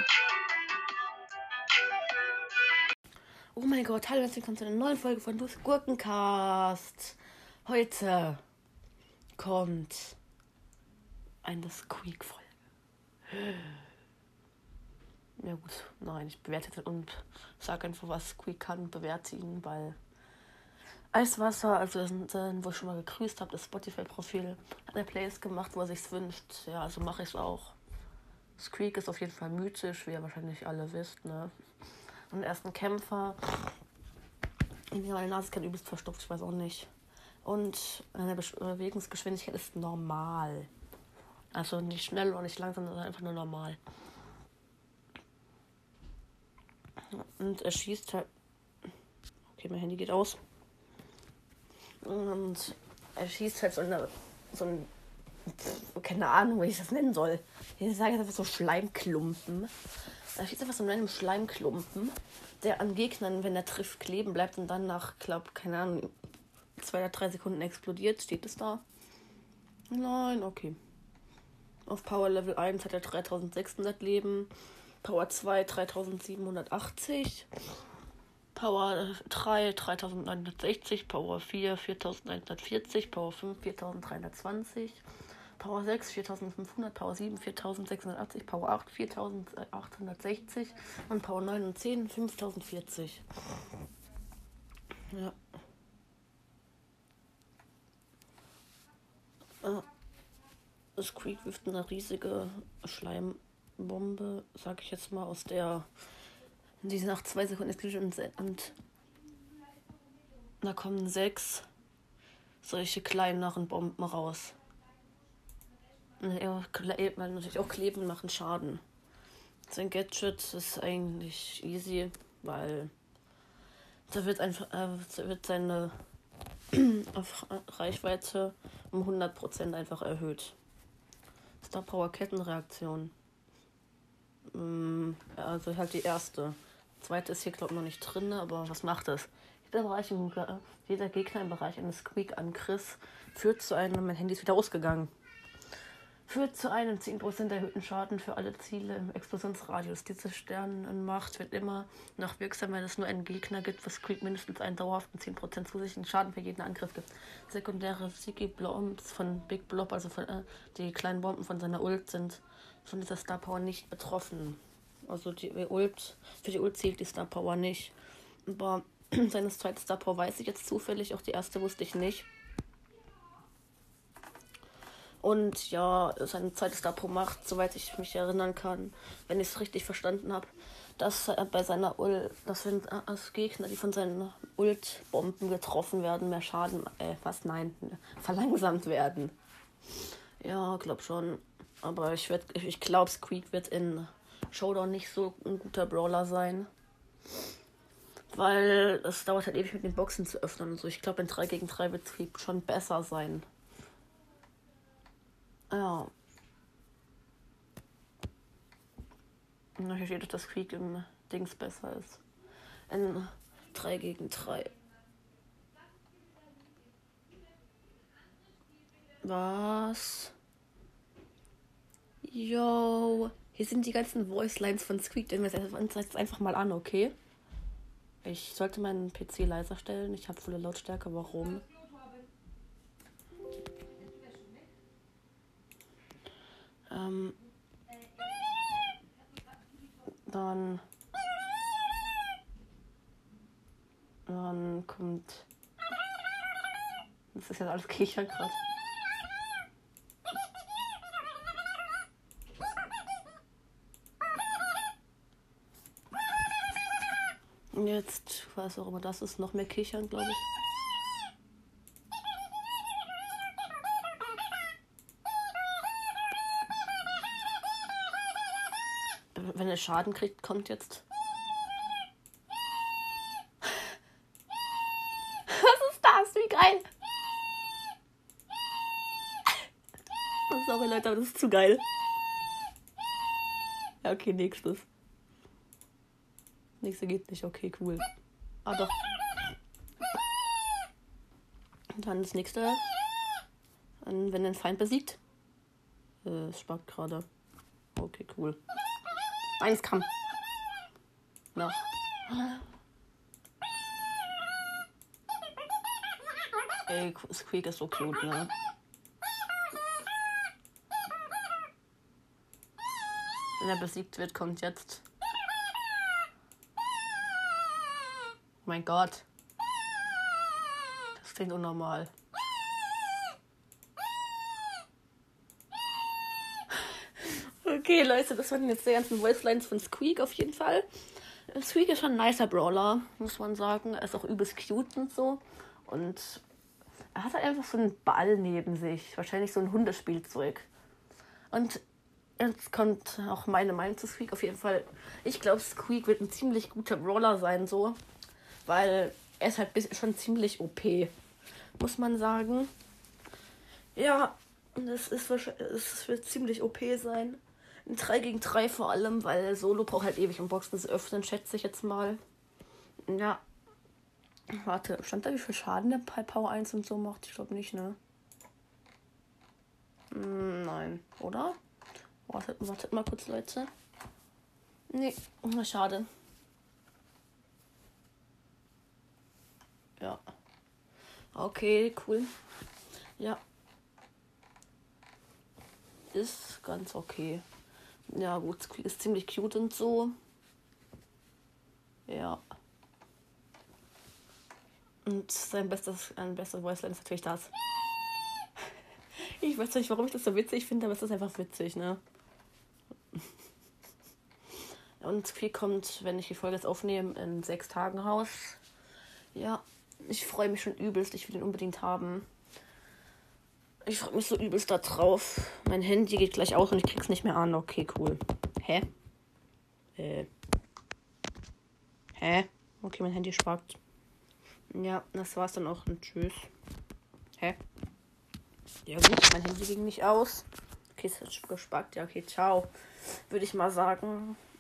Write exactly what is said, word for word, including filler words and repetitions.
Oh mein Gott, hallo, herzlich willkommen zu einer neuen Folge von Dus Gurkencast. Heute kommt eine Squeak-Folge. Ja gut, nein, ich bewerte jetzt und sage einfach, was Squeak kann, bewerte ihn, weil Eiswasser, also das sind, wo ich schon mal gegrüßt habe, das Spotify-Profil, hat eine Playlist gemacht, wo er sich's wünscht. Ja, also mache ich es auch. Squeak ist auf jeden Fall mythisch, wie ihr wahrscheinlich alle wisst, ne? Und er ist ein Kämpfer. Meine Nase ist gerade übelst verstopft, ich weiß auch nicht. Und seine Bewegungsgeschwindigkeit ist normal. Also nicht schnell und nicht langsam, sondern einfach nur normal. Und er schießt halt... Okay, mein Handy geht aus. Und er schießt halt so, eine, so ein... Keine Ahnung, wie ich das nennen soll. Ich sage jetzt einfach so Schleimklumpen. Er schießt einfach so einen Schleimklumpen, der an Gegnern, wenn er trifft, kleben bleibt und dann nach, glaub, keine Ahnung, zwei oder drei Sekunden explodiert. Steht es da? Nein, okay. Auf Power Level eins hat er dreitausendsechshundert Leben. Power zwei dreitausendsiebenhundertachtzig. Power drei dreitausendneunhundertsechzig. Power vier viertausendeinhundertvierzig. Power fünf viertausenddreihundertzwanzig. Power sechs viertausendfünfhundert, Power sieben viertausendsechshundertachtzig, Power acht viertausendachthundertsechzig und Power neun und zehn fünftausendvierzig. Ja. Äh, Squeak wirft eine riesige Schleimbombe, sag ich jetzt mal, aus der die nach zwei Sekunden explodiert und, und da kommen sechs solche kleineren Bomben raus. Ja, weil natürlich auch kleben machen Schaden. Sein Gadget ist eigentlich easy, weil da wird einfach äh, da wird seine Reichweite um hundert Prozent einfach erhöht. Star Power Kettenreaktion. Mm, also halt die erste. Die zweite ist hier glaube ich noch nicht drin, aber was macht das? Jeder, Bereich im, jeder Gegner im Bereich eines Squeak-Angriffs führt zu einem, mein Handy ist wieder ausgegangen. Führt zu einem zehn Prozent erhöhten Schaden für alle Ziele im Explosionsradius. Diese Sternenmacht wird immer noch wirksam, wenn es nur einen Gegner gibt, was Squeak mindestens einen dauerhaften zehn Prozent zusätzlichen Schaden für jeden Angriff gibt. Sekundäre Sticky Bombs von Big Blob, also von, äh, die kleinen Bomben von seiner Ult, sind von dieser Star Power nicht betroffen. Also die Ult, für die Ult zählt die Star Power nicht. Aber seine zweite Star Power weiß ich jetzt zufällig, auch die erste wusste ich nicht. Und ja, seine zweite Star Power macht, soweit ich mich erinnern kann, wenn ich es richtig verstanden habe, dass er bei seiner Ult, dass wenn als Gegner, die von seinen Ult-Bomben getroffen werden, mehr Schaden, äh, was, nein, verlangsamt werden. Ja, glaub schon. Aber ich, ich glaube, Squeak wird in Showdown nicht so ein guter Brawler sein. Weil es dauert halt ewig mit den Boxen zu öffnen und so. Ich glaube, in drei gegen drei wird Squeak schon besser sein. Ja. Und hier steht, dass Squeak im Dings besser ist. In drei gegen drei. Was? Yo. Hier sind die ganzen Voice-Lines von Squeak. Den wir uns jetzt einfach mal an, okay? Ich sollte meinen P C leiser stellen. Ich habe volle Lautstärke. Warum? Ähm, dann, dann kommt, das ist jetzt alles Kichern gerade. Und jetzt, was auch immer das ist, noch mehr Kichern, glaube ich. Wenn er Schaden kriegt, kommt jetzt. Was ist das? Wie geil! Sorry Leute, aber das ist zu geil. Ja, okay, nächstes. Nächste geht nicht, okay, cool. Ah, doch. Und dann das nächste. Und wenn ein Feind besiegt. Äh, es spackt gerade. Okay, cool. Nein, es kam. Noch. Ey, Squeak ist so cute, ne? Wenn er besiegt wird, kommt jetzt. Oh mein Gott. Das klingt unnormal. Okay, Leute, das waren jetzt die ganzen Voicelines von Squeak auf jeden Fall. Squeak ist schon ein nicer Brawler, muss man sagen. Er ist auch übelst cute und so. Und er hat halt einfach so einen Ball neben sich. Wahrscheinlich so ein Hundespielzeug. Und jetzt kommt auch meine Meinung zu Squeak auf jeden Fall. Ich glaube, Squeak wird ein ziemlich guter Brawler sein, so. Weil er ist halt schon ziemlich O P, muss man sagen. Ja, das ist es wird ziemlich O P sein. Ein drei gegen drei vor allem, weil Solo braucht halt ewig, um Boxen zu öffnen, schätze ich jetzt mal. Ja. Warte, stand da, wie viel Schaden der bei Power eins und so macht? Ich glaube nicht, ne? Hm, nein, oder? Wartet, wartet mal kurz, Leute. Nee, schade. Ja. Okay, cool. Ja. Ist ganz okay. Ja, gut, Squeak ist ziemlich cute und so. Ja. Und sein bestes, ein bester Voiceline ist natürlich das. Ich weiß nicht, warum ich das so witzig finde, aber es ist einfach witzig, ne? Und Squeak kommt, wenn ich die Folge jetzt aufnehme, in sechs Tagen raus. Ja, ich freue mich schon übelst. Ich will ihn unbedingt haben. Ich freue mich so übelst da drauf. Mein Handy geht gleich aus und ich krieg's nicht mehr an. Okay, cool. Hä? Äh. Hä? Okay, mein Handy spackt. Ja, das war's dann auch. Und tschüss. Hä? Ja gut, mein Handy ging nicht aus. Okay, es hat gespackt. Ja, okay, ciao. Würde ich mal sagen.